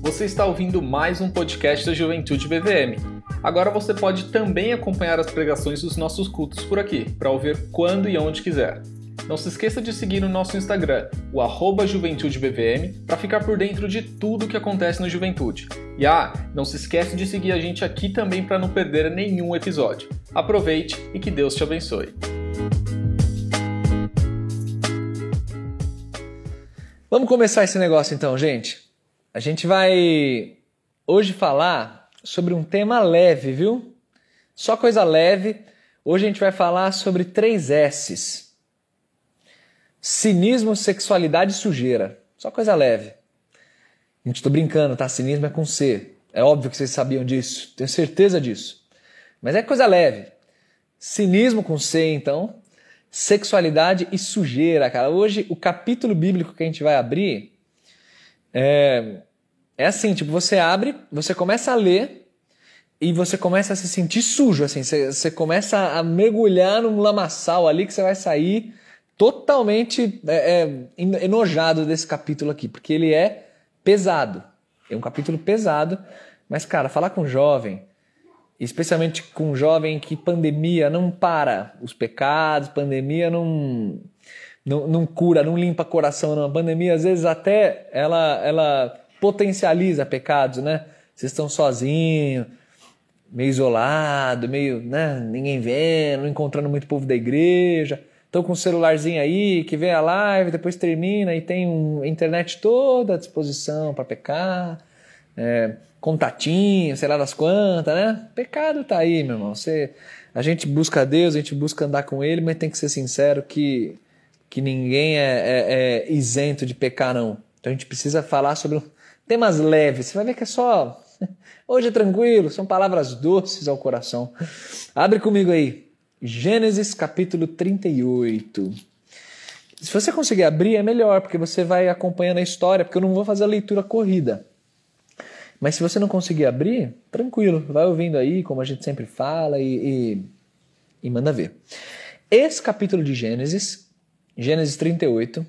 Você está ouvindo mais um podcast da Juventude BVM. Agora você pode também acompanhar as pregações dos nossos cultos por aqui, para ouvir quando e onde quiser. Não se esqueça de seguir no nosso Instagram, o @JuventudeBVM, para ficar por dentro de tudo o que acontece na Juventude. E não se esquece de seguir a gente aqui também para não perder nenhum episódio. Aproveite e que Deus te abençoe. Vamos começar esse negócio então, gente. A gente vai hoje falar sobre um tema leve, viu? Só coisa leve. Hoje a gente vai falar sobre 3 S's. Cinismo, sexualidade e sujeira. Só coisa leve. Gente, tô brincando, tá? Cinismo é com C. É óbvio que vocês sabiam disso. Tenho certeza disso. Mas é coisa leve. Cinismo com C, então. Sexualidade e sujeira, cara. Hoje, o capítulo bíblico que a gente vai abrir é assim, tipo, você abre, você começa a ler e você começa a se sentir sujo, assim. Você começa a mergulhar num lamaçal ali que você vai sair totalmente enojado desse capítulo aqui, porque ele é pesado. É um capítulo pesado, mas, cara, falar com jovem, especialmente com um jovem que pandemia não para os pecados, pandemia não cura, não limpa coração, não. A pandemia, às vezes, até ela potencializa pecados, né? Vocês estão sozinhos, meio isolado, meio, né? Ninguém vendo, não encontrando muito povo da igreja. Estão com um celularzinho aí, que vê a live, depois termina e tem a internet toda à disposição para pecar. Contatinho, sei lá das quantas, né? Pecado tá aí, meu irmão. A gente busca Deus, a gente busca andar com Ele, mas tem que ser sincero que ninguém é isento de pecar, não. Então a gente precisa falar sobre temas leves. Você vai ver que é só... Hoje é tranquilo, são palavras doces ao coração. Abre comigo aí. Gênesis capítulo 38. Se você conseguir abrir é melhor, porque você vai acompanhando a história, porque eu não vou fazer a leitura corrida. Mas se você não conseguir abrir, tranquilo, vai ouvindo aí, como a gente sempre fala, e manda ver. Esse capítulo de Gênesis 38,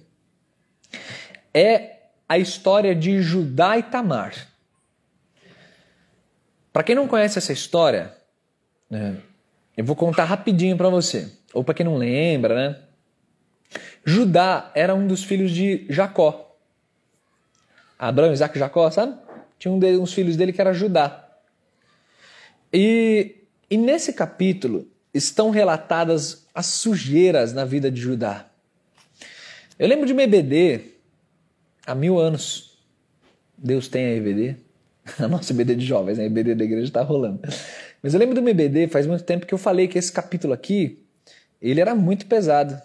é a história de Judá e Tamar. Para quem não conhece essa história, eu vou contar rapidinho para você, ou para quem não lembra, né? Judá era um dos filhos de Jacó. Abraão, Isaac e Jacó, sabe? Tinha uns filhos dele que era Judá. E nesse capítulo estão relatadas as sujeiras na vida de Judá. Eu lembro de uma EBD há 1000 anos. Deus tem a EBD. A nossa EBD de jovens, a EBD da igreja está rolando. Mas eu lembro de uma EBD faz muito tempo que eu falei que esse capítulo aqui, ele era muito pesado.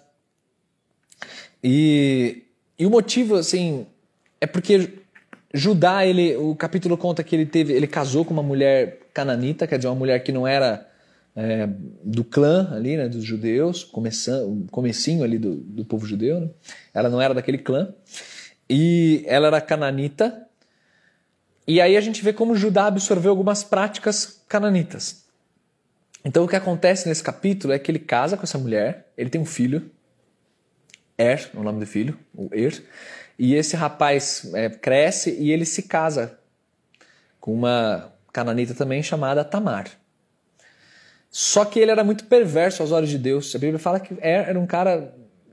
E o motivo, assim, é porque Judá, o capítulo conta que ele casou com uma mulher cananita, quer dizer, uma mulher que não era do clã ali, né, dos judeus, comecinho ali do povo judeu, né? Ela não era daquele clã, e ela era cananita, e aí a gente vê como Judá absorveu algumas práticas cananitas. Então o que acontece nesse capítulo é que ele casa com essa mulher, ele tem um filho, Er, o nome do filho, o Er, e esse rapaz cresce e ele se casa com uma cananita também chamada Tamar. Só que ele era muito perverso aos olhos de Deus. A Bíblia fala que era um cara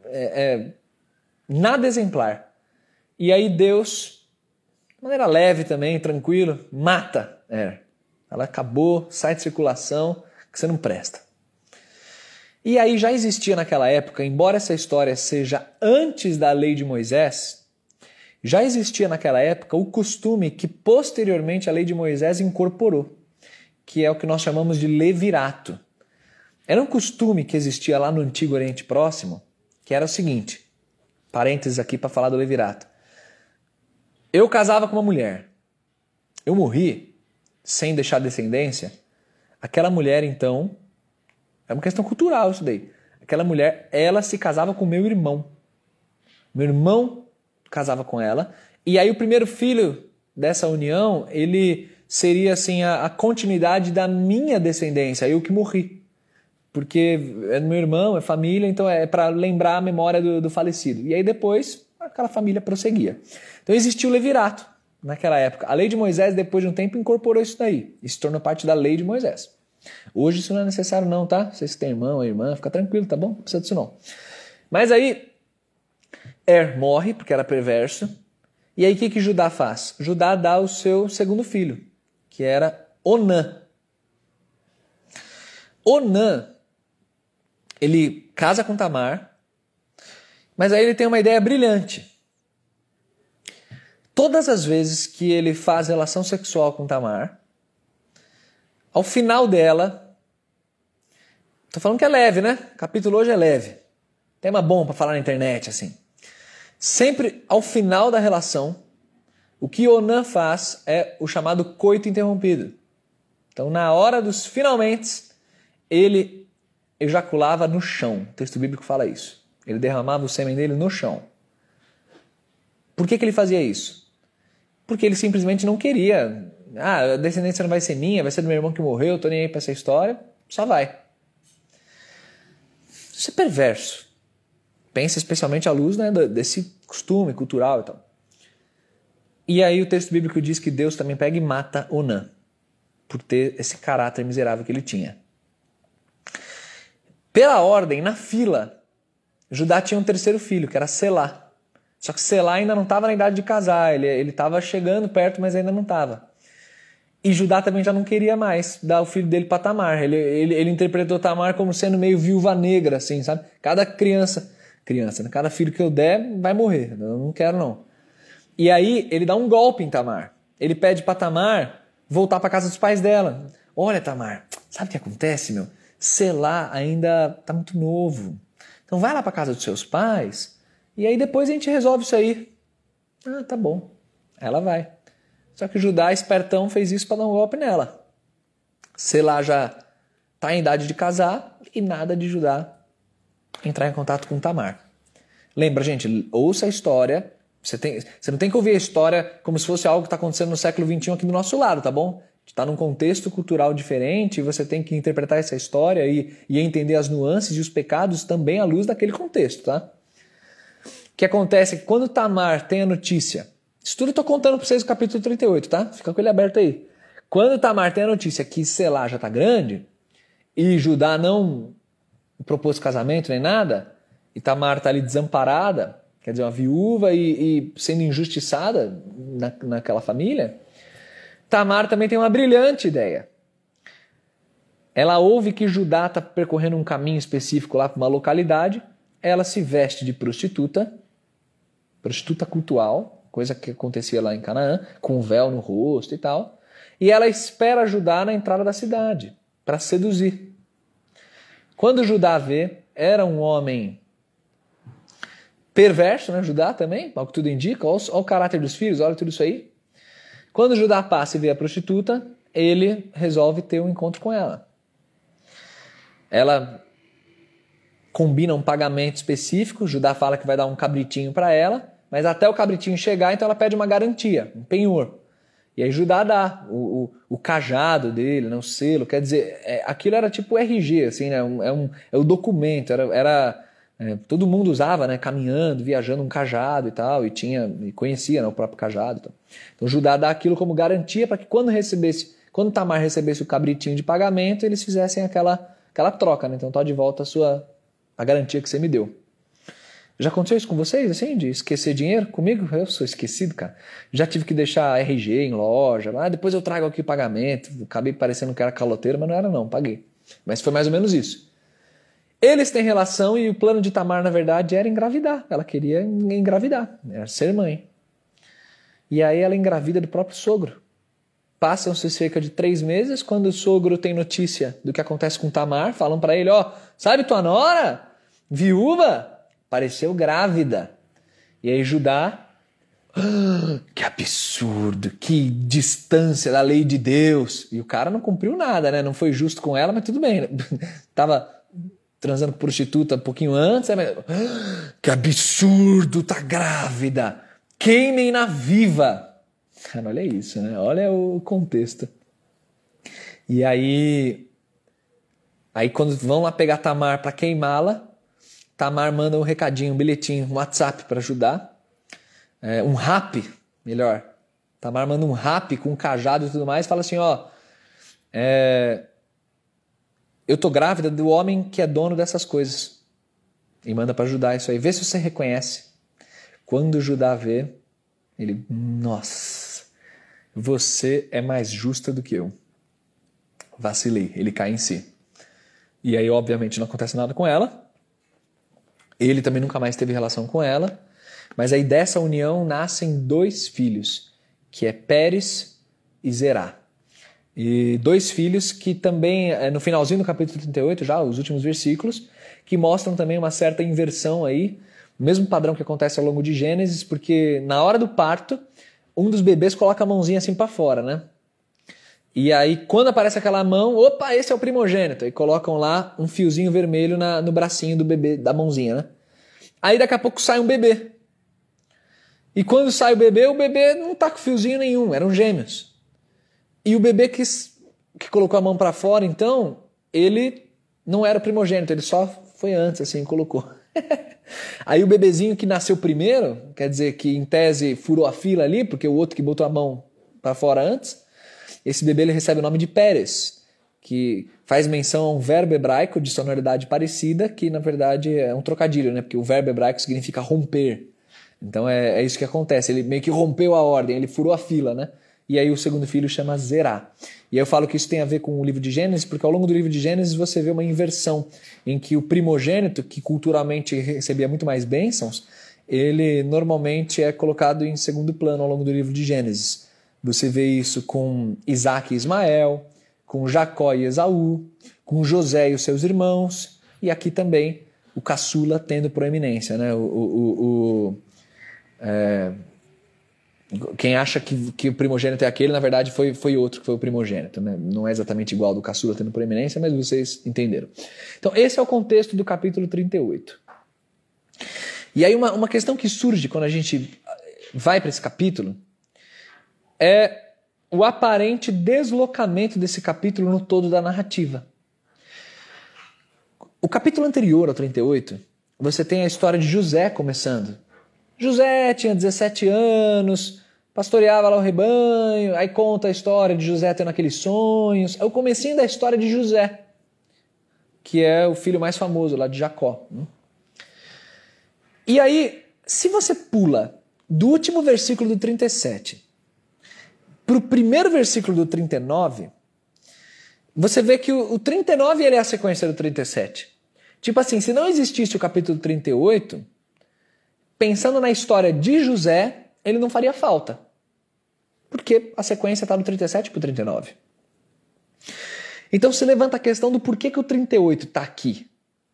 nada exemplar. E aí Deus, de maneira leve também, tranquilo, mata Er. Ela acabou, sai de circulação, que você não presta. E aí já existia naquela época, embora essa história seja antes da lei de Moisés, já existia naquela época o costume que posteriormente a lei de Moisés incorporou, que é o que nós chamamos de levirato. Era um costume que existia lá no Antigo Oriente Próximo, que era o seguinte, parênteses aqui para falar do levirato. Eu casava com uma mulher, eu morri sem deixar descendência, aquela mulher então, é uma questão cultural isso daí, aquela mulher, ela se casava com meu irmão casava com ela, e aí o primeiro filho dessa união, ele seria assim a continuidade da minha descendência, eu que morri, porque é meu irmão, é família, então é para lembrar a memória do falecido. E aí depois aquela família prosseguia. Então existia o levirato. naquela época. A lei de Moisés, depois de um tempo, incorporou isso daí. E se tornou parte da lei de Moisés. Hoje isso não é necessário não, tá? Vocês que têm irmão ou irmã, fica tranquilo, tá bom? Não precisa disso não. Mas aí, morre, porque era perverso. E aí o que Judá faz? Judá dá o seu segundo filho, que era Onã. Onã, ele casa com Tamar, mas aí ele tem uma ideia brilhante. Todas as vezes que ele faz relação sexual com Tamar, ao final dela, tô falando que é leve, né? O capítulo hoje é leve. Tema bom para falar na internet, assim. Sempre ao final da relação, o que Onã faz é o chamado coito interrompido. Então, na hora dos finalmente, ele ejaculava no chão. O texto bíblico fala isso. Ele derramava o sêmen dele no chão. Por que ele fazia isso? Porque ele simplesmente não queria. A descendência não vai ser minha, vai ser do meu irmão que morreu, tô nem aí pra essa história. Só vai. Isso é perverso. Pensa especialmente à luz, né, desse costume cultural e tal. E aí o texto bíblico diz que Deus também pega e mata Onã, por ter esse caráter miserável que ele tinha. Pela ordem, na fila, Judá tinha um terceiro filho, que era Selá. Só que Selá ainda não estava na idade de casar, ele estava chegando perto, mas ainda não estava. E Judá também já não queria mais dar o filho dele para Tamar. Ele interpretou Tamar como sendo meio viúva negra, assim, sabe? Cada criança, né? Cada filho que eu der vai morrer, eu não quero não. E aí ele dá um golpe em Tamar. Ele pede para Tamar voltar para casa dos pais dela. Olha, Tamar, sabe o que acontece, meu? Selá ainda está muito novo. Então vai lá para casa dos seus pais e aí depois a gente resolve isso aí. Ah, tá bom. Ela vai. Só que Judá, espertão, fez isso para dar um golpe nela. Selá já está em idade de casar e nada de Judá entrar em contato com Tamar. Lembra, gente, ouça a história. Você não tem que ouvir a história como se fosse algo que está acontecendo no século XXI aqui do nosso lado, tá bom? Está num contexto cultural diferente e você tem que interpretar essa história e entender as nuances e os pecados também à luz daquele contexto, tá? O que acontece é que quando Tamar tem a notícia, isso tudo eu estou contando para vocês no capítulo 38, tá? Fica com ele aberto aí. Quando Tamar tem a notícia que Selá já está grande e Judá não propôs casamento nem nada, e Tamar está ali desamparada, quer dizer, uma viúva e sendo injustiçada naquela família, Tamar também tem uma brilhante ideia. Ela ouve que Judá está percorrendo um caminho específico lá para uma localidade, ela se veste de prostituta cultual, coisa que acontecia lá em Canaã, com um véu no rosto e tal, e ela espera Judá na entrada da cidade, para seduzir. Quando Judá vê, era um homem perverso, né? Judá também, ao que tudo indica, olha o caráter dos filhos, olha tudo isso aí. Quando Judá passa e vê a prostituta, ele resolve ter um encontro com ela. Ela combina um pagamento específico, Judá fala que vai dar um cabritinho para ela, mas até o cabritinho chegar, então ela pede uma garantia, um penhor. E aí Judá dá o cajado dele, né, o selo, quer dizer, aquilo era tipo o RG, assim, né, é o documento, todo mundo usava, né, caminhando, viajando um cajado e tal, e conhecia, né, o próprio cajado. Então Judá dá aquilo como garantia para que quando Tamar recebesse o cabritinho de pagamento, eles fizessem aquela troca, né? Então tá de volta a garantia que você me deu. Já aconteceu isso com vocês, assim, de esquecer dinheiro comigo? Eu sou esquecido, cara. Já tive que deixar RG em loja, depois eu trago aqui o pagamento, acabei parecendo que era caloteiro, mas não era não, paguei. Mas foi mais ou menos isso. Eles têm relação e o plano de Tamar, na verdade, era engravidar. Ela queria engravidar, era ser mãe. E aí ela engravida do próprio sogro. Passam-se cerca de 3 meses, quando o sogro tem notícia do que acontece com Tamar, falam para ele, sabe tua nora? Viúva? Pareceu grávida. E aí Judá, que absurdo, que distância da lei de Deus. E o cara não cumpriu nada, né? Não foi justo com ela, mas tudo bem. Né? Tava transando com prostituta um pouquinho antes, mas que absurdo, tá grávida. Queimem na viva. Cara, olha isso, né? Olha o contexto. E aí quando vão lá pegar Tamar para queimá-la, Tamar manda um recadinho, um bilhetinho, um WhatsApp para Judá, um rap, melhor, Tamar manda um rap com um cajado e tudo mais, fala assim, ó, eu tô grávida do homem que é dono dessas coisas. E manda para Judá isso aí. Vê se você reconhece. Quando Judá vê, ele, nossa, você é mais justa do que eu. Vacilei, ele cai em si. E aí, obviamente, não acontece nada com ela. Ele também nunca mais teve relação com ela. Mas aí dessa união nascem 2 filhos, que é Pérez e Zerá. E 2 filhos que também, no finalzinho do capítulo 38, já os últimos versículos, que mostram também uma certa inversão aí, o mesmo padrão que acontece ao longo de Gênesis, porque na hora do parto, um dos bebês coloca a mãozinha assim para fora, né? E aí, quando aparece aquela mão, opa, esse é o primogênito. E colocam lá um fiozinho vermelho no bracinho do bebê, da mãozinha, né? Aí daqui a pouco sai um bebê. E quando sai o bebê não tá com fiozinho nenhum, eram gêmeos. E o bebê que colocou a mão para fora, então, ele não era o primogênito, ele só foi antes, assim, colocou. Aí o bebezinho que nasceu primeiro, quer dizer que em tese furou a fila ali, porque o outro que botou a mão para fora antes, esse bebê ele recebe o nome de Pérez, que faz menção a um verbo hebraico de sonoridade parecida, que na verdade é um trocadilho, né? Porque o verbo hebraico significa romper. Então é isso que acontece, ele meio que rompeu a ordem, ele furou a fila, né? E aí o segundo filho chama Zerá. E aí eu falo que isso tem a ver com o livro de Gênesis, porque ao longo do livro de Gênesis você vê uma inversão, em que o primogênito, que culturalmente recebia muito mais bênçãos, ele normalmente é colocado em segundo plano ao longo do livro de Gênesis. Você vê isso com Isaac e Ismael, com Jacó e Esaú, com José e os seus irmãos, e aqui também o caçula tendo proeminência, né? Quem acha que o primogênito é aquele, na verdade foi outro que foi o primogênito, né? Não é exatamente igual ao do caçula tendo proeminência, mas vocês entenderam. Então esse é o contexto do capítulo 38. E aí uma questão que surge quando a gente vai para esse capítulo é o aparente deslocamento desse capítulo no todo da narrativa. O capítulo anterior ao 38, você tem a história de José começando. José tinha 17 anos, pastoreava lá o rebanho, aí conta a história de José tendo aqueles sonhos. É o comecinho da história de José, que é o filho mais famoso lá de Jacó. E aí, se você pula do último versículo do 37 para o primeiro versículo do 39, você vê que o 39 ele é a sequência do 37. Tipo assim, se não existisse o capítulo 38, pensando na história de José, ele não faria falta. Porque a sequência está do 37 para o 39. Então se levanta a questão do porquê que o 38 está aqui.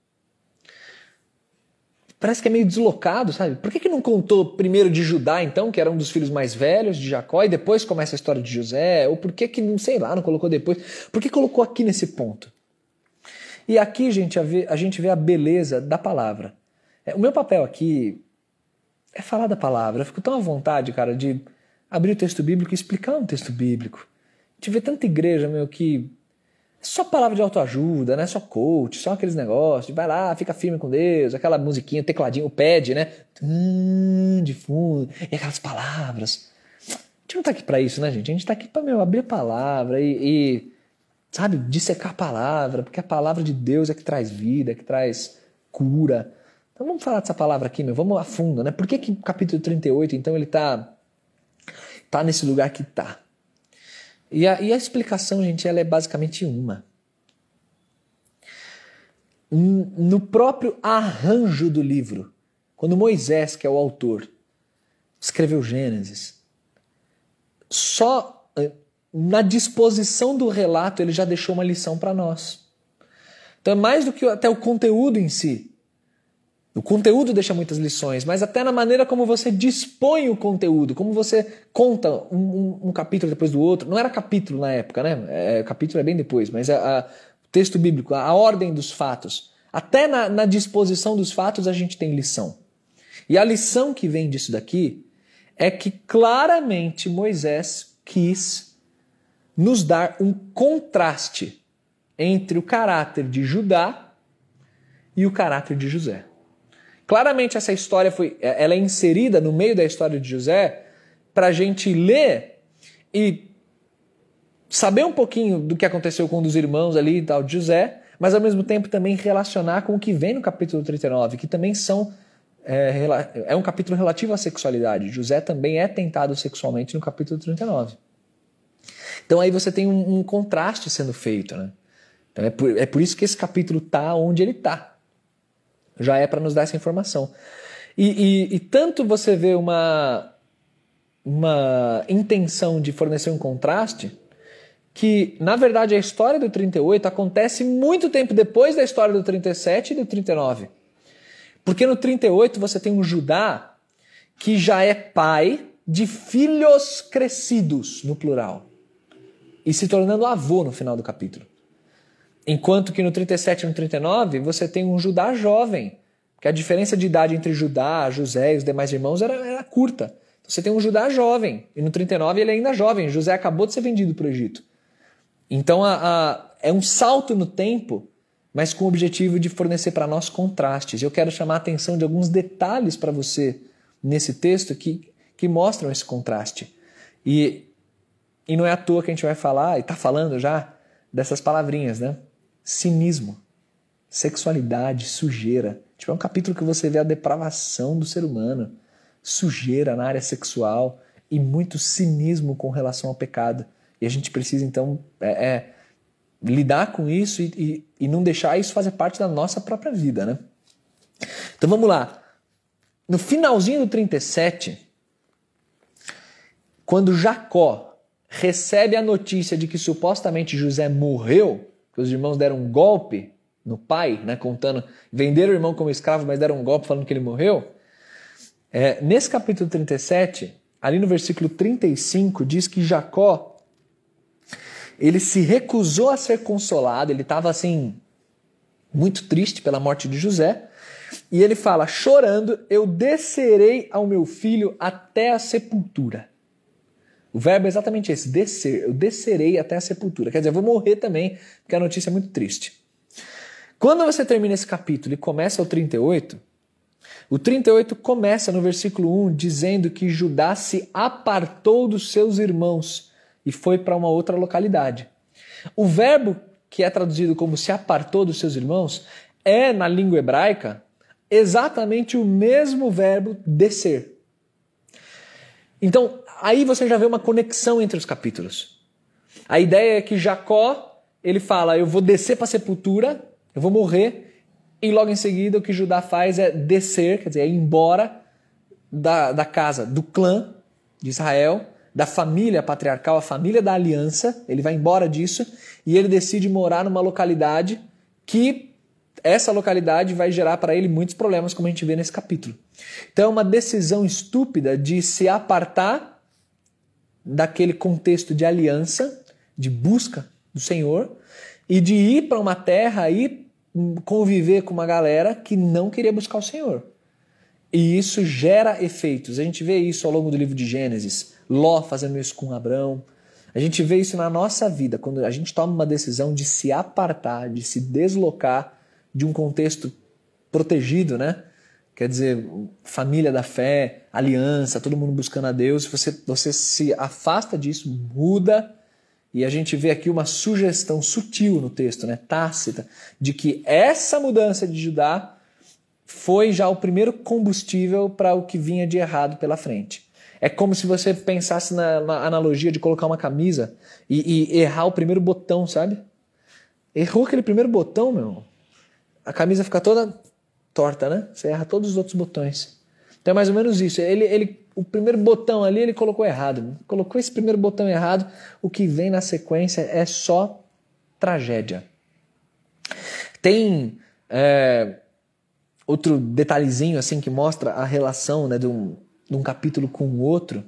Parece que é meio deslocado, sabe? Por que não contou primeiro de Judá, então, que era um dos filhos mais velhos de Jacó, e depois começa a história de José? Ou por que não, sei lá, não colocou depois? Por que colocou aqui nesse ponto? E aqui, gente, a gente vê a beleza da palavra. O meu papel aqui é falar da palavra. Eu fico tão à vontade, cara, de abrir o texto bíblico e explicar um texto bíblico. A gente vê tanta igreja, meu, que é só palavra de autoajuda, né? Só coach, só aqueles negócios de vai lá, fica firme com Deus, aquela musiquinha, tecladinho, o pad, né? De fundo, e aquelas palavras. A gente não tá aqui pra isso, né, gente? A gente tá aqui pra, abrir a palavra e sabe, dissecar a palavra, porque a palavra de Deus é que traz vida, é que traz cura. Então vamos falar dessa palavra aqui, vamos a fundo, né? Por que o capítulo 38, então, ele tá nesse lugar que tá? E a explicação, gente, ela é basicamente uma. No próprio arranjo do livro, quando Moisés, que é o autor, escreveu Gênesis, só na disposição do relato ele já deixou uma lição para nós. Então é mais do que até o conteúdo em si. O conteúdo deixa muitas lições, mas até na maneira como você dispõe o conteúdo, como você conta um capítulo depois do outro. Não era capítulo na época, né? Capítulo é bem depois, mas o texto bíblico, a ordem dos fatos. Até na disposição dos fatos a gente tem lição. E a lição que vem disso daqui é que claramente Moisés quis nos dar um contraste entre o caráter de Judá e o caráter de José. Claramente essa história ela é inserida no meio da história de José para a gente ler e saber um pouquinho do que aconteceu com um dos irmãos ali e tal de José, mas ao mesmo tempo também relacionar com o que vem no capítulo 39, que também é um capítulo relativo à sexualidade. José também é tentado sexualmente no capítulo 39. Então aí você tem um contraste sendo feito, né? Então é por isso que esse capítulo está onde ele está. Já é para nos dar essa informação. E tanto você vê uma intenção de fornecer um contraste, que, na verdade, a história do 38 acontece muito tempo depois da história do 37 e do 39. Porque no 38 você tem um Judá que já é pai de filhos crescidos, no plural, e se tornando avô no final do capítulo. Enquanto que no 37 e no 39 você tem um Judá jovem, porque a diferença de idade entre Judá, José e os demais irmãos era curta. Então você tem um Judá jovem, e no 39 ele é ainda jovem, José acabou de ser vendido para o Egito. Então é um salto no tempo, mas com o objetivo de fornecer para nós contrastes. Eu quero chamar a atenção de alguns detalhes para você nesse texto que mostram esse contraste. E não é à toa que a gente vai falar, e está falando já, dessas palavrinhas, né? Cinismo, sexualidade, sujeira. Tipo, é um capítulo que você vê a depravação do ser humano, sujeira na área sexual e muito cinismo com relação ao pecado. E a gente precisa, então, lidar com isso e não deixar isso fazer parte da nossa própria vida, né? Então vamos lá. No finalzinho do 37, quando Jacó recebe a notícia de que supostamente José morreu, que os irmãos deram um golpe no pai, né, venderam o irmão como escravo, mas deram um golpe falando que ele morreu. Nesse capítulo 37, ali no versículo 35, diz que Jacó, ele se recusou a ser consolado, ele estava assim, muito triste pela morte de José, e ele fala, chorando, eu descerei ao meu filho até a sepultura. O verbo é exatamente esse, descer, eu descerei até a sepultura. Quer dizer, eu vou morrer também, porque a notícia é muito triste. Quando você termina esse capítulo e começa o 38 começa no versículo 1 dizendo que Judá se apartou dos seus irmãos e foi para uma outra localidade. O verbo que é traduzido como se apartou dos seus irmãos é, na língua hebraica, exatamente o mesmo verbo descer. Então, aí você já vê uma conexão entre os capítulos. A ideia é que Jacó, ele fala, eu vou descer para a sepultura, eu vou morrer, e logo em seguida o que Judá faz é descer, quer dizer, é ir embora da casa, do clã de Israel, da família patriarcal, a família da aliança, ele vai embora disso e ele decide morar numa localidade que essa localidade vai gerar para ele muitos problemas, como a gente vê nesse capítulo. Então é uma decisão estúpida de se apartar daquele contexto de aliança, de busca do Senhor, e de ir para uma terra e conviver com uma galera que não queria buscar o Senhor. E isso gera efeitos. A gente vê isso ao longo do livro de Gênesis. Ló fazendo isso com Abrão. A gente vê isso na nossa vida, quando a gente toma uma decisão de se apartar, de se deslocar de um contexto protegido, né? Quer dizer, família da fé, aliança, todo mundo buscando a Deus. Você se afasta disso, muda. E a gente vê aqui uma sugestão sutil no texto, né? Tácita, de que essa mudança de Judá foi já o primeiro combustível para o que vinha de errado pela frente. É como se você pensasse na analogia de colocar uma camisa e errar o primeiro botão, sabe? Errou aquele primeiro botão, meu. A camisa fica toda torta, né? Você erra todos os outros botões. Então é mais ou menos isso. O primeiro botão ali ele colocou errado. Colocou esse primeiro botão errado, o que vem na sequência é só tragédia. Tem outro detalhezinho assim que mostra a relação, né, de um capítulo com o outro.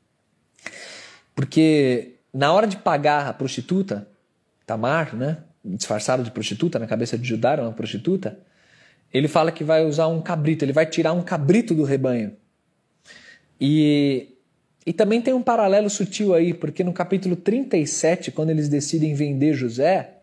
Porque na hora de pagar a prostituta, Tamar, né, disfarçada de prostituta, na cabeça de Judá era uma prostituta, ele fala que vai usar um cabrito, ele vai tirar um cabrito do rebanho. E também tem um paralelo sutil aí, porque no capítulo 37, quando eles decidem vender José,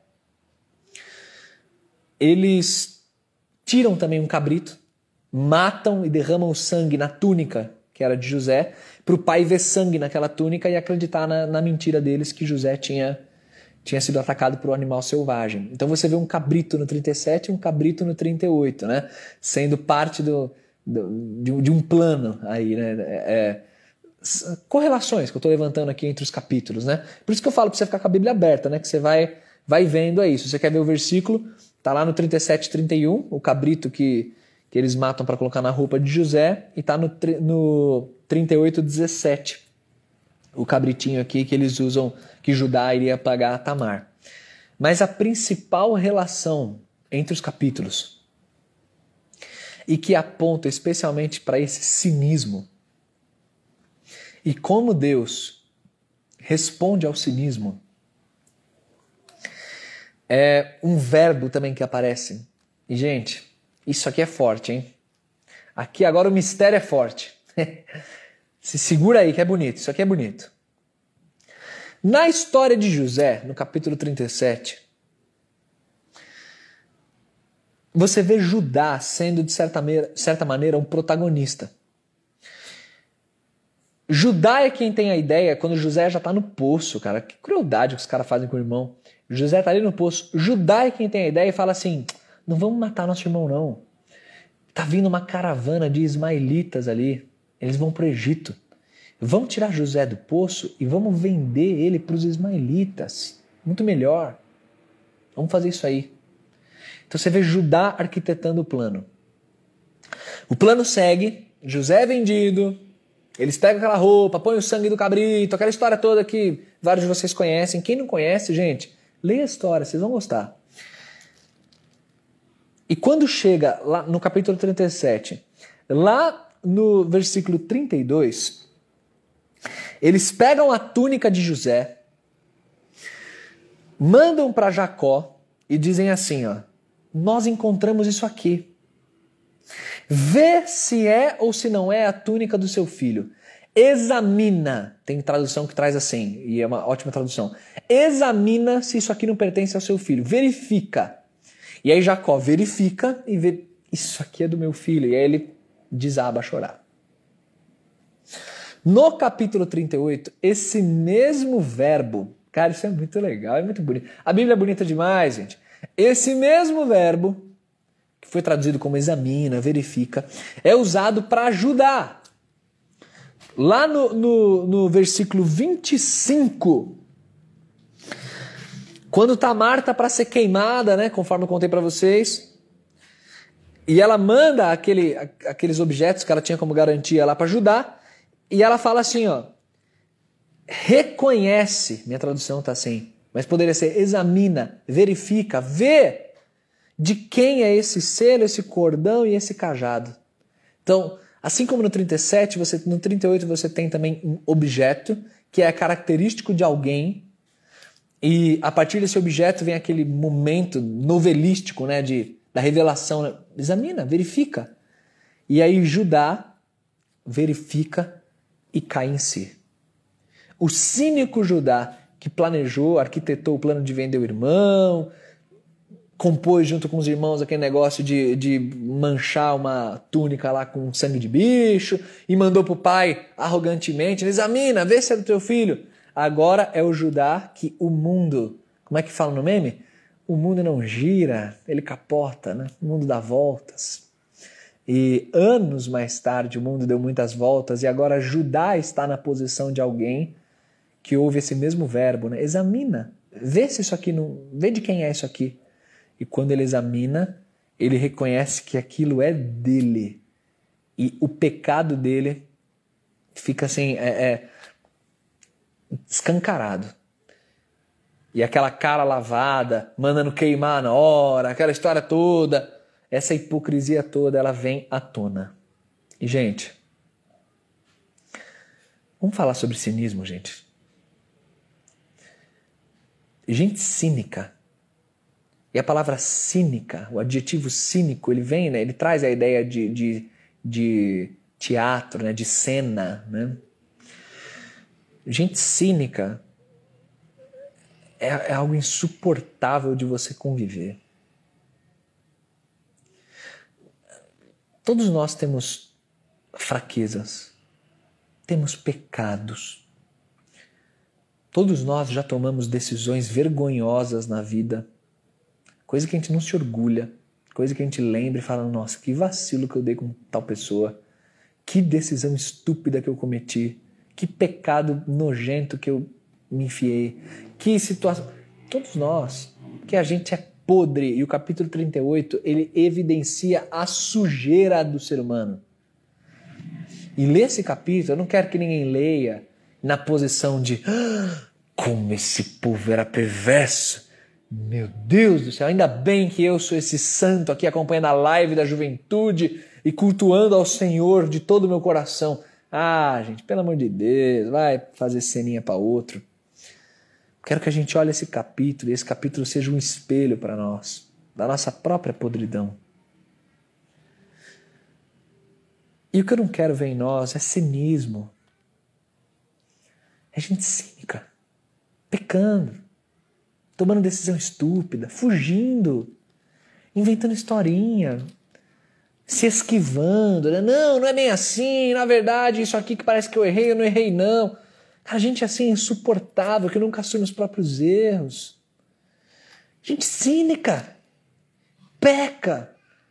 eles tiram também um cabrito, matam e derramam o sangue na túnica que era de José, para o pai ver sangue naquela túnica e acreditar na mentira deles que José tinha sido atacado por um animal selvagem. Então você vê um cabrito no 37 e um cabrito no 38, né? Sendo parte de um plano aí, né? Correlações que eu estou levantando aqui entre os capítulos, né? Por isso que eu falo para você ficar com a Bíblia aberta, né? Que você vai vendo aí. Se você quer ver o versículo, tá lá no 37 e 31, o cabrito que eles matam para colocar na roupa de José, e tá no 38, 17, o cabritinho aqui que eles usam, que Judá iria pagar a Tamar. Mas a principal relação entre os capítulos, e que aponta especialmente para esse cinismo, e como Deus responde ao cinismo, é um verbo também que aparece. E, gente, isso aqui é forte, hein? Aqui agora o mistério é forte. Se segura aí que é bonito, isso aqui é bonito. Na história de José, no capítulo 37, você vê Judá sendo, de certa maneira, um protagonista. Judá é quem tem a ideia, quando José já está no poço, cara. Que crueldade que os caras fazem com o irmão. José está ali no poço. Judá é quem tem a ideia e fala assim, não vamos matar nosso irmão, não. Tá vindo uma caravana de ismaelitas ali. Eles vão para o Egito. Vamos tirar José do poço e vamos vender ele para os ismaelitas. Muito melhor. Vamos fazer isso aí. Então você vê Judá arquitetando o plano. O plano segue, José é vendido, eles pegam aquela roupa, põem o sangue do cabrito, aquela história toda que vários de vocês conhecem. Quem não conhece, gente, leia a história, vocês vão gostar. E quando chega lá no capítulo 37, lá no versículo 32, eles pegam a túnica de José, mandam para Jacó e dizem assim, ó, nós encontramos isso aqui. Vê se é ou se não é a túnica do seu filho. Examina, tem tradução que traz assim, e é uma ótima tradução. Examina se isso aqui não pertence ao seu filho. Verifica. E aí Jacó verifica e vê, isso aqui é do meu filho. E aí ele desaba a chorar. No capítulo 38, esse mesmo verbo, cara, isso é muito legal, é muito bonito. A Bíblia é bonita demais, gente. Esse mesmo verbo, que foi traduzido como examina, verifica, é usado para ajudar. Lá no versículo 25, quando Tamar está para ser queimada, né, conforme eu contei para vocês, e ela manda aqueles objetos que ela tinha como garantia lá para ajudar, e ela fala assim, ó, reconhece, minha tradução está assim, mas poderia ser examina, verifica, vê de quem é esse selo, esse cordão e esse cajado. Então, assim como no 37, no 38 você tem também um objeto que é característico de alguém, e a partir desse objeto vem aquele momento novelístico, né, da revelação. Né? Examina, verifica. E aí Judá verifica e cai em si. O cínico Judá que planejou, arquitetou o plano de vender o irmão, compôs junto com os irmãos aquele negócio de manchar uma túnica lá com sangue de bicho e mandou pro pai arrogantemente, examina, vê se é do teu filho. Agora é o Judá que o mundo, como é que fala no meme? O mundo não gira, ele capota, né? O mundo dá voltas. E anos mais tarde o mundo deu muitas voltas e agora Judá está na posição de alguém que ouve esse mesmo verbo, né? Examina, vê se isso aqui não, vê de quem é isso aqui. E quando ele examina, ele reconhece que aquilo é dele. E o pecado dele fica assim, escancarado. E aquela cara lavada, mandando queimar na hora, aquela história toda, essa hipocrisia toda, ela vem à tona. E, gente, vamos falar sobre cinismo, gente. Gente cínica. E a palavra cínica, o adjetivo cínico, ele vem, né? Ele traz a ideia de teatro, né? De cena, né? Gente cínica é algo insuportável de você conviver. Todos nós temos fraquezas. temos pecados. Todos nós já tomamos decisões vergonhosas na vida, coisa que a gente não se orgulha, coisa que a gente lembra e fala, nossa, que vacilo que eu dei com tal pessoa, que decisão estúpida que eu cometi, que pecado nojento que eu me enfiei, que situação... Todos nós, que a gente é podre, e o capítulo 38, ele evidencia a sujeira do ser humano. E ler esse capítulo, eu não quero que ninguém leia na posição de como esse povo era perverso. Meu Deus do céu, ainda bem que eu sou esse santo aqui acompanhando a live da juventude e cultuando ao Senhor de todo o meu coração. Ah, gente, pelo amor de Deus, vai fazer ceninha para outro. Quero que a gente olhe esse capítulo e esse capítulo seja um espelho para nós, da nossa própria podridão. E o que eu não quero ver em nós é cinismo. É gente cínica, pecando, tomando decisão estúpida, fugindo, inventando historinha, se esquivando. Né? Não é bem assim, na verdade, isso aqui que parece que eu não errei não. A gente assim insuportável, que nunca assume os próprios erros. Gente cínica, peca,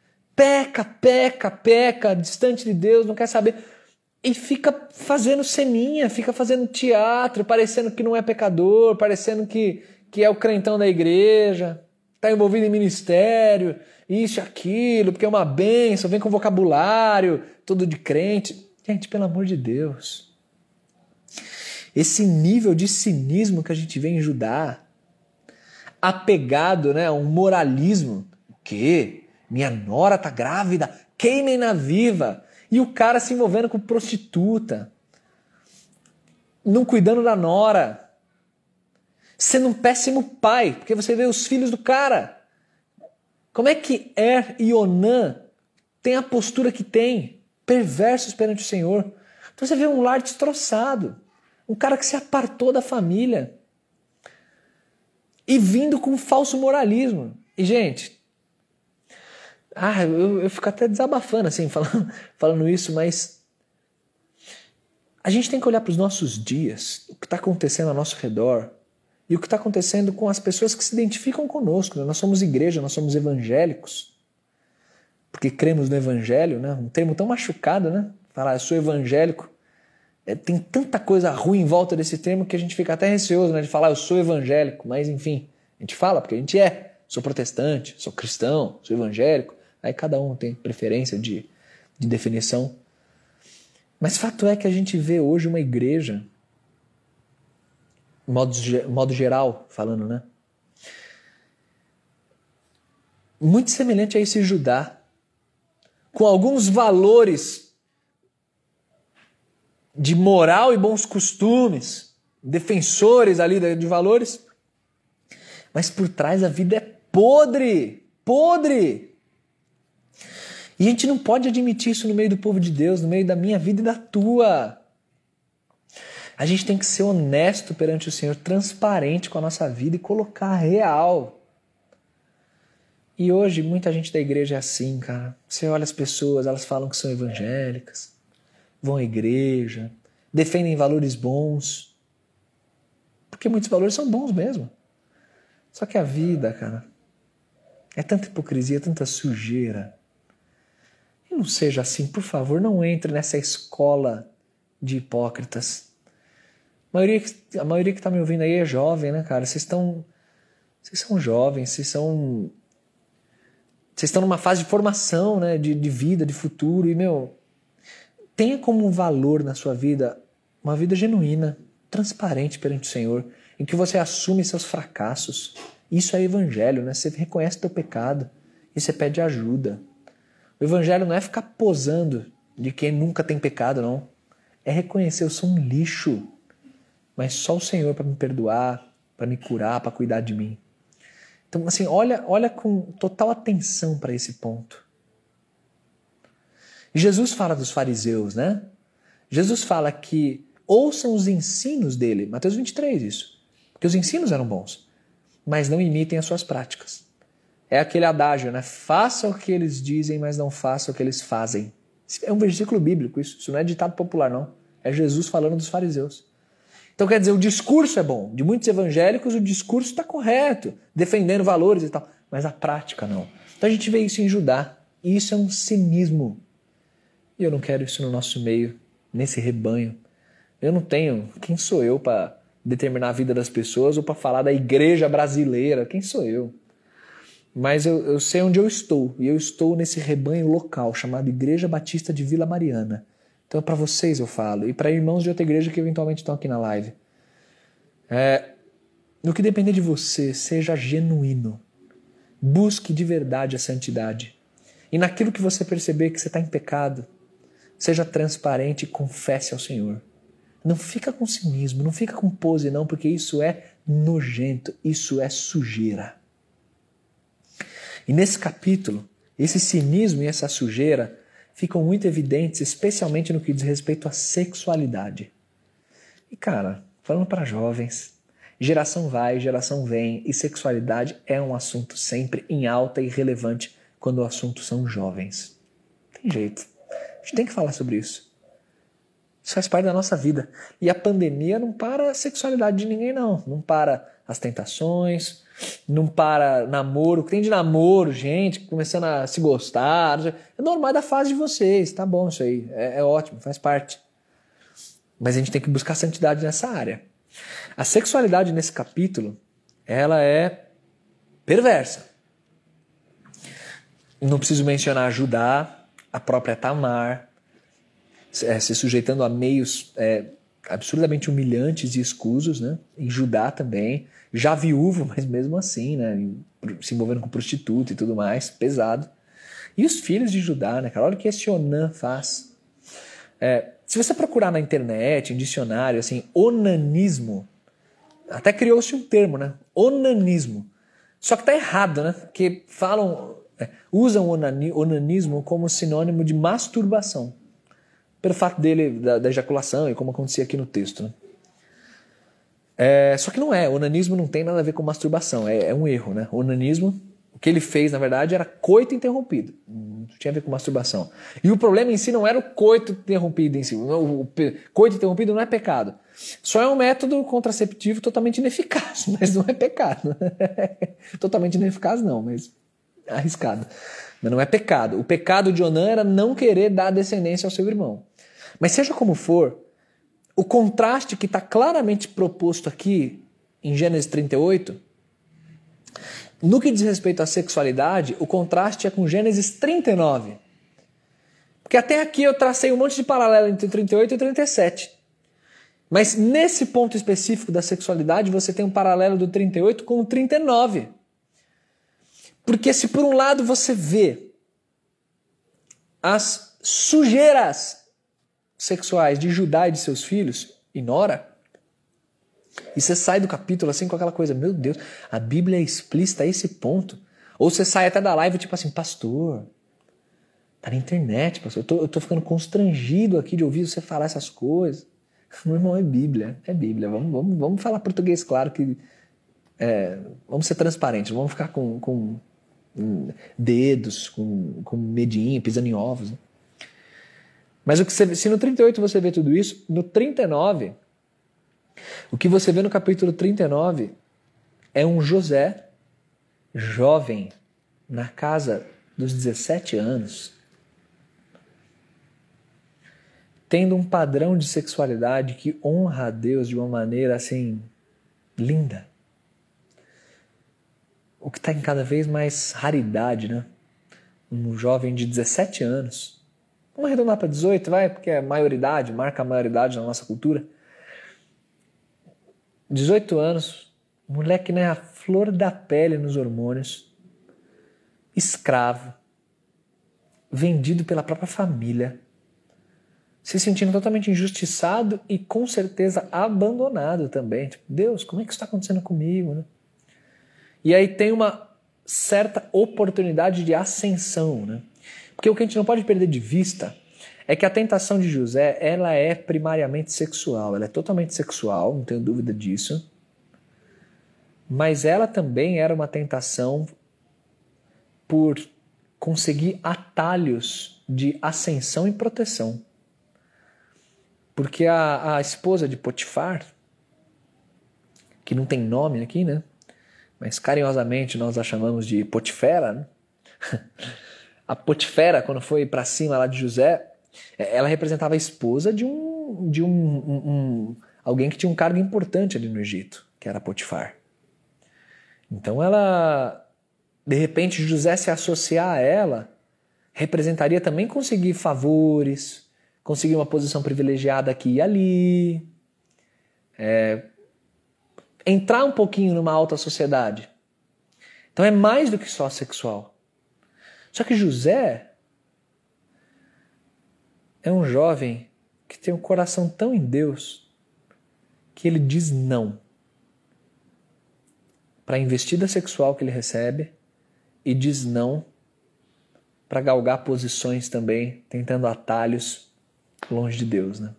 distante de Deus, não quer saber. E fica fazendo ceninha, fica fazendo teatro, parecendo que não é pecador, parecendo que é o crentão da igreja, está envolvido em ministério, isso e aquilo, porque é uma bênção, vem com vocabulário, tudo de crente. Gente, pelo amor de Deus. Esse nível de cinismo que a gente vê em Judá, apegado, né, a um moralismo. O quê? Minha nora tá grávida, queimem na viva. E o cara se envolvendo com prostituta, não cuidando da nora, sendo um péssimo pai, porque você vê os filhos do cara. Como é que e Onã têm a postura que tem, perversos perante o Senhor? Então você vê um lar destroçado, um cara que se apartou da família e vindo com um falso moralismo. E, gente, eu fico até desabafando assim, falando isso, mas a gente tem que olhar para os nossos dias, o que está acontecendo ao nosso redor e o que está acontecendo com as pessoas que se identificam conosco. Né? Nós somos igreja, nós somos evangélicos, porque cremos no evangelho, né? Um termo tão machucado, né? Falar, eu sou evangélico. Tem tanta coisa ruim em volta desse termo que a gente fica até receoso, né, de falar eu sou evangélico, mas enfim, a gente fala porque a gente é. Sou protestante, sou cristão, sou evangélico. Aí cada um tem preferência de definição. Mas fato é que a gente vê hoje uma igreja, modo geral falando, né? Muito semelhante a esse Judá, com alguns valores de moral e bons costumes, defensores ali de valores, mas por trás a vida é podre. E a gente não pode admitir isso no meio do povo de Deus, no meio da minha vida e da tua. A gente tem que ser honesto perante o Senhor, transparente com a nossa vida e colocar a real. E hoje muita gente da igreja é assim, cara. Você olha as pessoas, elas falam que são evangélicas, vão à igreja, defendem valores bons, porque muitos valores são bons mesmo. Só que a vida, cara, é tanta hipocrisia, tanta sujeira. E não seja assim, por favor, não entre nessa escola de hipócritas. A maioria que está me ouvindo aí é jovem, né, cara? Vocês são jovens, vocês estão numa fase de formação, né, de vida, de futuro. E, tenha como valor na sua vida uma vida genuína, transparente perante o Senhor, em que você assume seus fracassos. Isso é evangelho, né? Você reconhece teu pecado e você pede ajuda. O evangelho não é ficar posando de quem nunca tem pecado, não. É reconhecer, eu sou um lixo, mas só o Senhor para me perdoar, para me curar, para cuidar de mim. Então, assim, olha com total atenção para esse ponto. Jesus fala dos fariseus, né? Jesus fala que ouçam os ensinos dele. Mateus 23, isso. Porque os ensinos eram bons, mas não imitem as suas práticas. É aquele adágio, né? Faça o que eles dizem, mas não faça o que eles fazem. É um versículo bíblico, isso não é ditado popular, não. É Jesus falando dos fariseus. Então quer dizer, o discurso é bom. De muitos evangélicos o discurso está correto, defendendo valores e tal. Mas a prática não. Então a gente vê isso em Judá. E isso é um cinismo. E eu não quero isso no nosso meio, nesse rebanho. Eu não tenho. Quem sou eu para determinar a vida das pessoas ou para falar da igreja brasileira? Quem sou eu? Mas eu sei onde eu estou. E eu estou nesse rebanho local chamado Igreja Batista de Vila Mariana. Então para vocês eu falo. E para irmãos de outra igreja que eventualmente estão aqui na live. No que depender de você, seja genuíno. Busque de verdade a santidade. E naquilo que você perceber que você está em pecado, seja transparente e confesse ao Senhor. Não fica com cinismo, não fica com pose não, porque isso é nojento, isso é sujeira. E nesse capítulo, esse cinismo e essa sujeira ficam muito evidentes, especialmente no que diz respeito à sexualidade. E cara, falando para jovens, geração vai, geração vem, e sexualidade é um assunto sempre em alta e relevante quando o assunto são jovens. Tem jeito. A gente tem que falar sobre isso. Isso faz parte da nossa vida. E a pandemia não para a sexualidade de ninguém, não. Não para as tentações, não para namoro. O que tem de namoro, gente, começando a se gostar. É normal da fase de vocês. Tá bom isso aí. É ótimo, faz parte. Mas a gente tem que buscar santidade nessa área. A sexualidade nesse capítulo, ela é perversa. Não preciso mencionar Judá, a própria Tamar, se sujeitando a meios absurdamente humilhantes e escusos, né? Em Judá também, já viúvo, mas mesmo assim, né? Se envolvendo com prostituta e tudo mais, pesado. E os filhos de Judá, né, cara? Olha o que esse Onã faz. Se você procurar na internet, em dicionário, assim, onanismo, até criou-se um termo, né? Onanismo. Só que tá errado, né? Porque usam onanismo como sinônimo de masturbação. Pelo fato dele, da ejaculação e como acontecia aqui no texto. Né? Só que não é. Onanismo não tem nada a ver com masturbação. É um erro, né? Onanismo, o que ele fez, na verdade, era coito interrompido. Não tinha a ver com masturbação. E o problema em si não era o coito interrompido em si. O coito interrompido não é pecado. Só é um método contraceptivo totalmente ineficaz, mas não é pecado. Totalmente ineficaz não, mas arriscado. Mas não é pecado. O pecado de Onã era não querer dar descendência ao seu irmão. Mas seja como for, o contraste que está claramente proposto aqui em Gênesis 38, no que diz respeito à sexualidade, o contraste é com Gênesis 39. Porque até aqui eu tracei um monte de paralelo entre 38 e 37. Mas nesse ponto específico da sexualidade, você tem um paralelo do 38 com o 39. Porque se por um lado você vê as sujeiras sexuais de Judá e de seus filhos, e Nora, e você sai do capítulo assim com aquela coisa, meu Deus, a Bíblia é explícita a esse ponto. Ou você sai até da live tipo assim, pastor, tá na internet, pastor, eu tô ficando constrangido aqui de ouvir você falar essas coisas. Meu irmão, é Bíblia. Vamos falar português claro que... vamos ser transparentes, vamos ficar com dedos, com medinho, pisando em ovos. Né? Mas se no 38 você vê tudo isso, no 39, o que você vê no capítulo 39 é um José jovem, na casa dos 17 anos, tendo um padrão de sexualidade que honra a Deus de uma maneira assim, linda. O que está em cada vez mais raridade, né? Um jovem de 17 anos. Vamos arredondar para 18, vai, porque é maioridade, marca a maioridade na nossa cultura. 18 anos, moleque, né, a flor da pele nos hormônios, escravo, vendido pela própria família, se sentindo totalmente injustiçado e com certeza abandonado também. Tipo, Deus, como é que isso está acontecendo comigo, né? E aí tem uma certa oportunidade de ascensão, né? Porque o que a gente não pode perder de vista é que a tentação de José, ela é primariamente sexual, ela é totalmente sexual, não tenho dúvida disso, mas ela também era uma tentação por conseguir atalhos de ascensão e proteção. Porque a esposa de Potifar, que não tem nome aqui, né? Mas carinhosamente nós a chamamos de Potifera, né? A Potifera, quando foi para cima lá de José, ela representava a esposa de alguém que tinha um cargo importante ali no Egito, que era Potifar. Então ela, de repente, José se associar a ela, representaria também conseguir favores, conseguir uma posição privilegiada aqui e ali, entrar um pouquinho numa alta sociedade. Então é mais do que só sexual. Só que José é um jovem que tem um coração tão em Deus que ele diz não para a investida sexual que ele recebe e diz não para galgar posições também, tentando atalhos longe de Deus, né?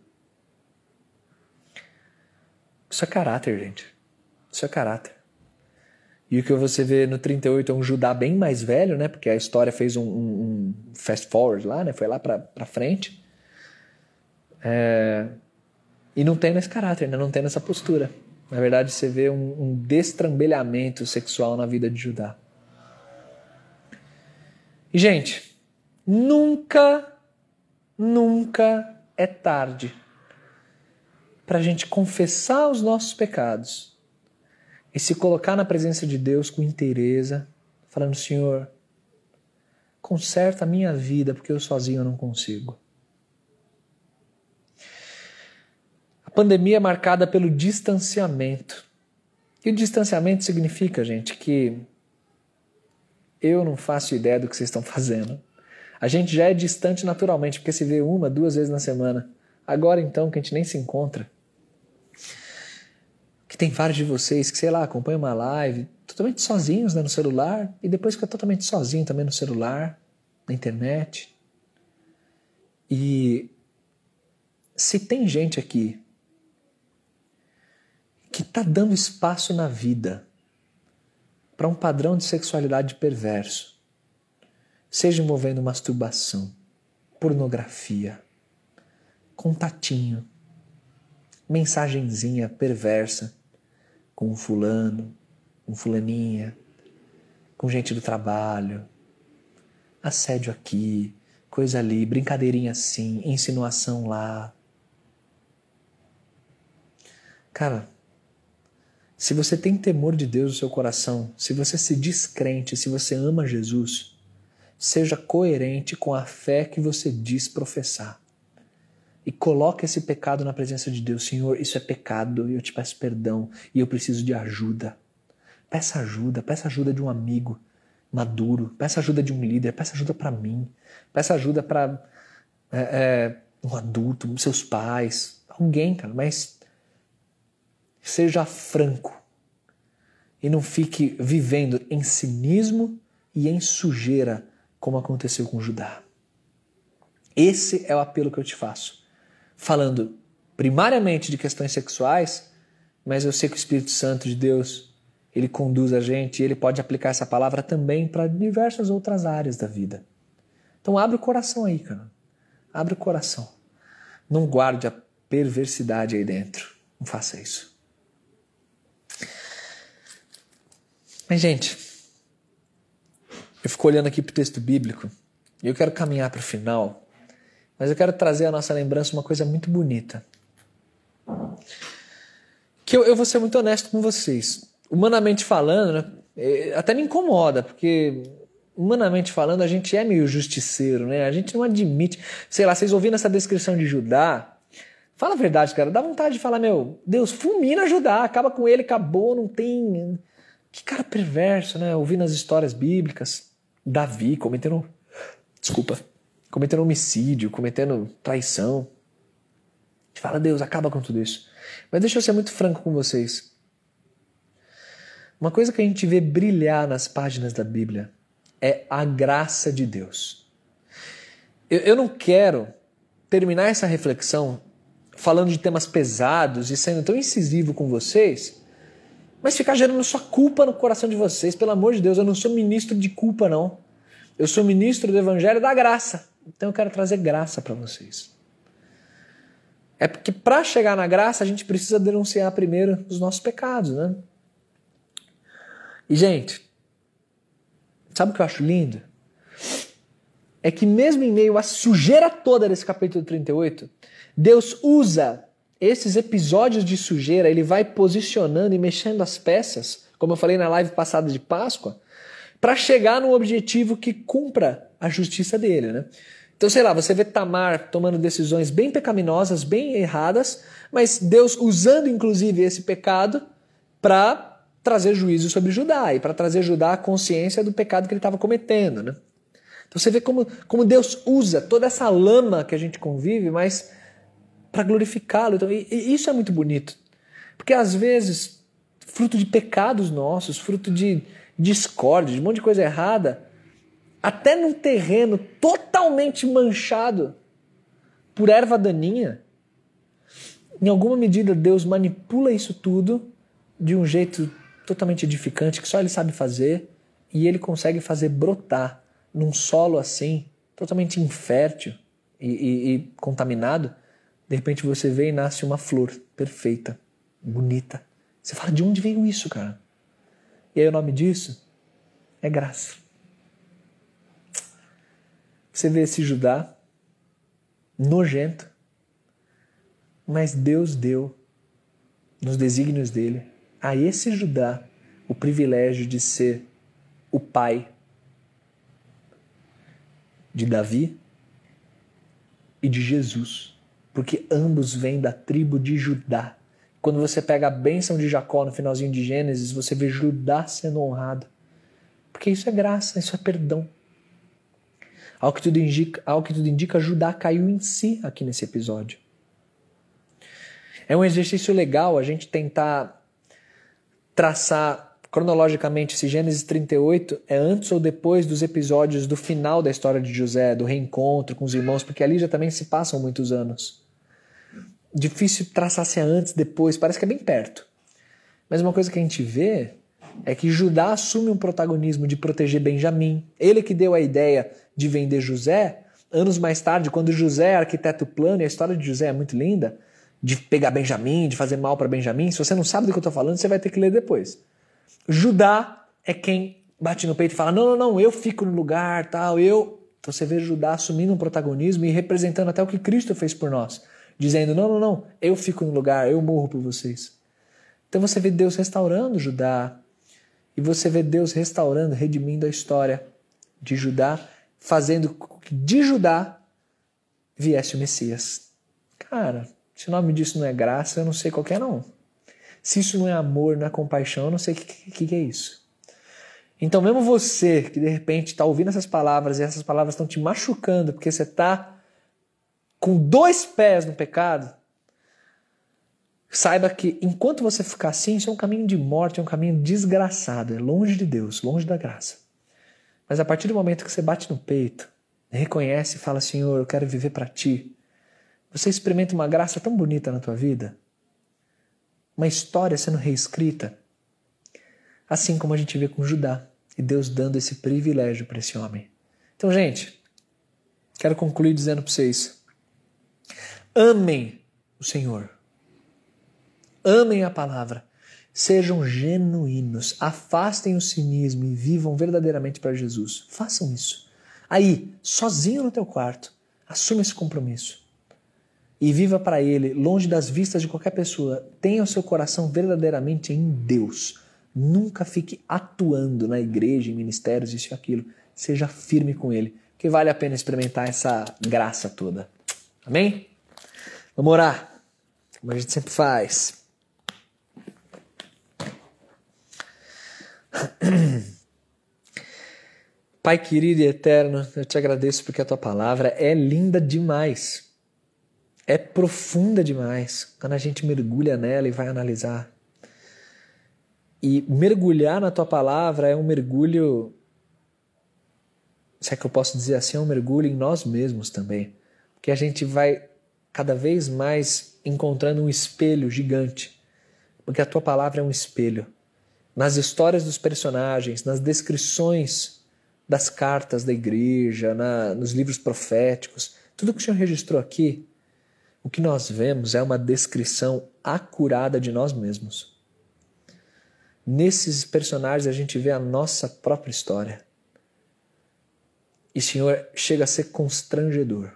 Isso é caráter, gente. Isso é caráter. E o que você vê no 38 é um Judá bem mais velho, né? Porque a história fez um fast forward lá, né? Foi lá pra frente. E não tem nesse caráter, né? Não tem nessa postura. Na verdade, você vê um destrambelhamento sexual na vida de Judá. E, gente, nunca é tarde para a gente confessar os nossos pecados e se colocar na presença de Deus com inteireza, falando: Senhor, conserta a minha vida, porque eu sozinho não consigo. A pandemia é marcada pelo distanciamento. E o distanciamento significa, gente, que eu não faço ideia do que vocês estão fazendo. A gente já é distante naturalmente, porque se vê 1, 2 vezes na semana. Agora então, que a gente nem se encontra. Que tem vários de vocês que, sei lá, acompanham uma live totalmente sozinhos, né, no celular, e depois fica totalmente sozinho também no celular, na internet. E se tem gente aqui que está dando espaço na vida para um padrão de sexualidade perverso, seja envolvendo masturbação, pornografia, contatinho, mensagenzinha perversa com um fulano, com fulaninha, com gente do trabalho, assédio aqui, coisa ali, brincadeirinha assim, insinuação lá. Cara, se você tem temor de Deus no seu coração, se você se diz crente, se você ama Jesus, seja coerente com a fé que você diz professar. E coloque esse pecado na presença de Deus. Senhor, isso é pecado e eu te peço perdão e eu preciso de ajuda. Peça ajuda de um amigo maduro, peça ajuda de um líder, peça ajuda para mim, peça ajuda para um adulto, seus pais, alguém, cara, mas seja franco e não fique vivendo em cinismo e em sujeira como aconteceu com Judá. Esse é o apelo que eu te faço. Falando primariamente de questões sexuais, mas eu sei que o Espírito Santo de Deus, ele conduz a gente e ele pode aplicar essa palavra também para diversas outras áreas da vida. Então abre o coração aí, cara. Abre o coração. Não guarde a perversidade aí dentro. Não faça isso. Mas, gente, eu fico olhando aqui para o texto bíblico e eu quero caminhar para o final. Mas eu quero trazer à nossa lembrança uma coisa muito bonita. Que eu vou ser muito honesto com vocês. Humanamente falando, né, até me incomoda, porque humanamente falando a gente é meio justiceiro, né? A gente não admite. Sei lá, vocês ouvindo essa descrição de Judá, fala a verdade, cara, dá vontade de falar, meu, Deus, fulmina Judá, acaba com ele, acabou, não tem... Que cara perverso, né? Ouvindo as histórias bíblicas, Davi cometendo homicídio, cometendo traição. A gente fala, Deus, acaba com tudo isso. Mas deixa eu ser muito franco com vocês. Uma coisa que a gente vê brilhar nas páginas da Bíblia é a graça de Deus. Eu não quero terminar essa reflexão falando de temas pesados e sendo tão incisivo com vocês, mas ficar gerando só culpa no coração de vocês. Pelo amor de Deus, eu não sou ministro de culpa, não. Eu sou ministro do Evangelho da Graça. Então eu quero trazer graça para vocês. É porque para chegar na graça a gente precisa denunciar primeiro os nossos pecados, né? E, gente, sabe o que eu acho lindo? É que mesmo em meio à sujeira toda desse capítulo 38, Deus usa esses episódios de sujeira, ele vai posicionando e mexendo as peças, como eu falei na live passada de Páscoa, para chegar num objetivo que cumpra a justiça dele, né? Então, sei lá, você vê Tamar tomando decisões bem pecaminosas, bem erradas, mas Deus usando inclusive esse pecado para trazer juízo sobre Judá e para trazer Judá a consciência do pecado que ele estava cometendo, né? Então você vê como Deus usa toda essa lama que a gente convive, mas para glorificá-lo. Então, e isso é muito bonito. Porque às vezes, fruto de pecados nossos, fruto de discórdia, de um monte de coisa errada, até num terreno totalmente manchado por erva daninha, em alguma medida Deus manipula isso tudo de um jeito totalmente edificante, que só Ele sabe fazer, e Ele consegue fazer brotar num solo assim, totalmente infértil e contaminado. De repente você vê e nasce uma flor perfeita, bonita. Você fala, de onde veio isso, cara? E aí o nome disso é graça. Você vê esse Judá nojento, mas Deus deu, nos desígnios dele, a esse Judá o privilégio de ser o pai de Davi e de Jesus, porque ambos vêm da tribo de Judá. Quando você pega a bênção de Jacó no finalzinho de Gênesis, você vê Judá sendo honrado, porque isso é graça, isso é perdão. Ao que tudo indica, Judá caiu em si aqui nesse episódio. É um exercício legal a gente tentar traçar cronologicamente se Gênesis 38 é antes ou depois dos episódios do final da história de José, do reencontro com os irmãos, porque ali já também se passam muitos anos. Difícil traçar se é antes, depois, parece que é bem perto. Mas uma coisa que a gente vê é que Judá assume um protagonismo de proteger Benjamim. Ele que deu a ideia de vender José, anos mais tarde, quando José arquiteta o plano, e a história de José é muito linda, de pegar Benjamim, de fazer mal para Benjamim. Se você não sabe do que eu estou falando, você vai ter que ler depois. Judá é quem bate no peito e fala, não, eu fico no lugar, tal, eu... Então você vê Judá assumindo um protagonismo e representando até o que Cristo fez por nós, dizendo, não, eu fico no lugar, eu morro por vocês. Então você vê Deus restaurando Judá, e você vê Deus restaurando, redimindo a história de Judá, fazendo com que de Judá viesse o Messias. Cara, se o nome disso não é graça, eu não sei qual que é não. Se isso não é amor, não é compaixão, eu não sei o que é isso. Então mesmo você que de repente está ouvindo essas palavras e essas palavras estão te machucando porque você está com 2 pés no pecado, saiba que enquanto você ficar assim, isso é um caminho de morte, é um caminho desgraçado, é longe de Deus, longe da graça. Mas a partir do momento que você bate no peito, reconhece e fala, Senhor, eu quero viver para Ti, você experimenta uma graça tão bonita na tua vida, uma história sendo reescrita, assim como a gente vê com Judá, e Deus dando esse privilégio para esse homem. Então, gente, quero concluir dizendo para vocês, amem o Senhor, amem a palavra, sejam genuínos, afastem o cinismo e vivam verdadeiramente para Jesus. Façam isso. Aí, sozinho no teu quarto, assuma esse compromisso. E viva para Ele, longe das vistas de qualquer pessoa. Tenha o seu coração verdadeiramente em Deus. Nunca fique atuando na igreja, em ministérios, isso e aquilo. Seja firme com Ele, que vale a pena experimentar essa graça toda. Amém? Vamos orar, como a gente sempre faz. Pai querido e eterno, eu te agradeço porque a tua palavra é linda demais. É profunda demais quando a gente mergulha nela e vai analisar. E mergulhar na tua palavra é um mergulho, se é que eu posso dizer assim, é um mergulho em nós mesmos também. Porque a gente vai cada vez mais encontrando um espelho gigante. Porque a tua palavra é um espelho. Nas histórias dos personagens, nas descrições das cartas da igreja, nos livros proféticos, tudo que o Senhor registrou aqui o que nós vemos é uma descrição acurada de nós mesmos. Nesses personagens a gente vê a nossa própria história. E, Senhor, chega a ser constrangedor.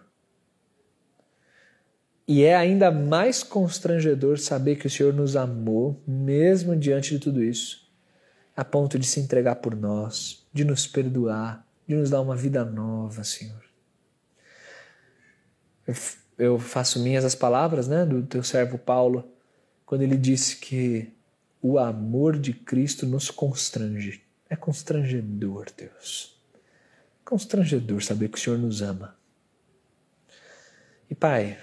E é ainda mais constrangedor saber que o Senhor nos amou, mesmo diante de tudo isso, a ponto de se entregar por nós, de nos perdoar, de nos dar uma vida nova, Senhor. Eu faço minhas as palavras, né, do teu servo Paulo, quando ele disse que o amor de Cristo nos constrange. É constrangedor, Deus. Constrangedor saber que o Senhor nos ama. E, Pai,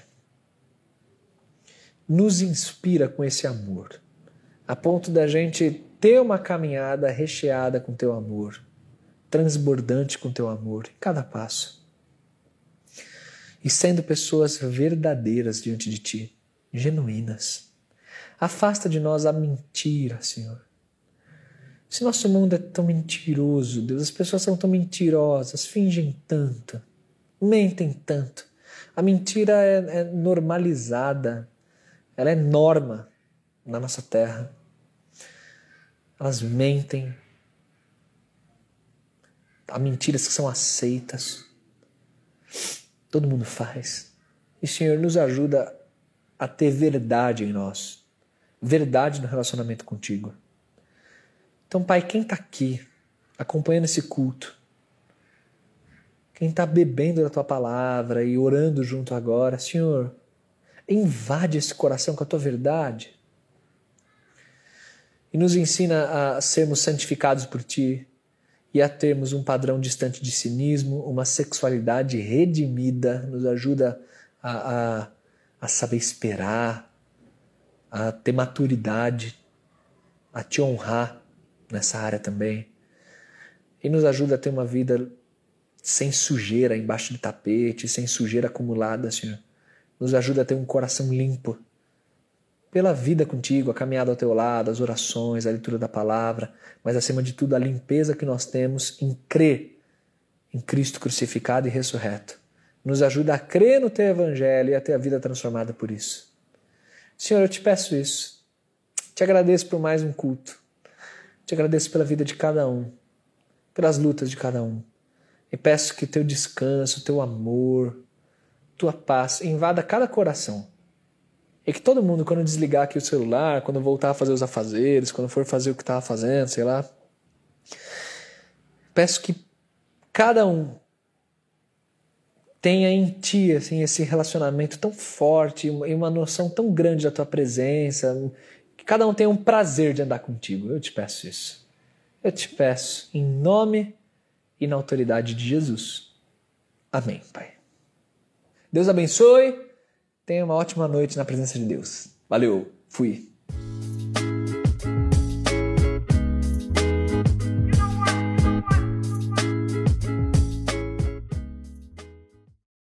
nos inspira com esse amor, a ponto da gente ter uma caminhada recheada com teu amor, transbordante com teu amor em cada passo. E sendo pessoas verdadeiras diante de ti, genuínas. Afasta de nós a mentira, Senhor. Esse nosso mundo é tão mentiroso, Deus. As pessoas são tão mentirosas, fingem tanto, mentem tanto. A mentira é normalizada, ela é norma na nossa terra. Elas mentem. Há mentiras que são aceitas. Todo mundo faz. E, Senhor, nos ajuda a ter verdade em nós. Verdade no relacionamento contigo. Então, Pai, quem está aqui acompanhando esse culto, quem está bebendo da Tua palavra e orando junto agora, Senhor, invade esse coração com a Tua verdade e nos ensina a sermos santificados por Ti e a termos um padrão distante de cinismo, uma sexualidade redimida, nos ajuda a saber esperar, a ter maturidade, a Te honrar nessa área também. E nos ajuda a ter uma vida sem sujeira embaixo do tapete, sem sujeira acumulada, Senhor. Nos ajuda a ter um coração limpo pela vida contigo, a caminhada ao teu lado, as orações, a leitura da palavra, mas acima de tudo a limpeza que nós temos em crer em Cristo crucificado e ressurreto. Nos ajuda a crer no teu evangelho e a ter a vida transformada por isso. Senhor, eu te peço isso. Te agradeço por mais um culto. Te agradeço pela vida de cada um, pelas lutas de cada um. E peço que teu descanso, teu amor, tua paz invada cada coração. E que todo mundo, quando desligar aqui o celular, quando voltar a fazer os afazeres, quando for fazer o que estava fazendo, sei lá, peço que cada um tenha em ti assim, esse relacionamento tão forte e uma noção tão grande da tua presença, que cada um tenha um prazer de andar contigo. Eu te peço isso. Eu te peço em nome e na autoridade de Jesus. Amém, Pai. Deus abençoe. Tenha uma ótima noite na presença de Deus. Valeu. Fui.